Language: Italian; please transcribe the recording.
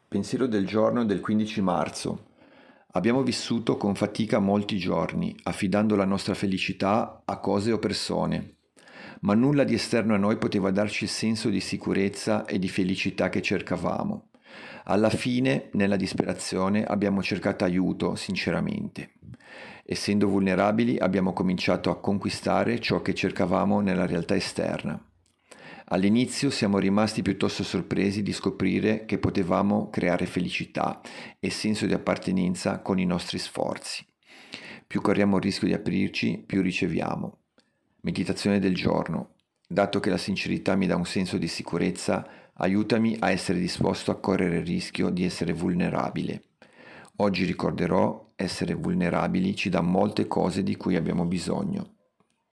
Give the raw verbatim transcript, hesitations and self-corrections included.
Pensiero del giorno del quindici marzo. Abbiamo vissuto con fatica molti giorni, affidando la nostra felicità a cose o persone, ma nulla di esterno a noi poteva darci il senso di sicurezza e di felicità che cercavamo. Alla fine, nella disperazione, abbiamo cercato aiuto, sinceramente. Essendo vulnerabili, abbiamo cominciato a conquistare ciò che cercavamo nella realtà esterna. All'inizio siamo rimasti piuttosto sorpresi di scoprire che potevamo creare felicità e senso di appartenenza con i nostri sforzi. Più corriamo il rischio di aprirci, più riceviamo. Meditazione del giorno. Dato che la sincerità mi dà un senso di sicurezza, aiutami a essere disposto a correre il rischio di essere vulnerabile. Oggi ricorderò, essere vulnerabili ci dà molte cose di cui abbiamo bisogno.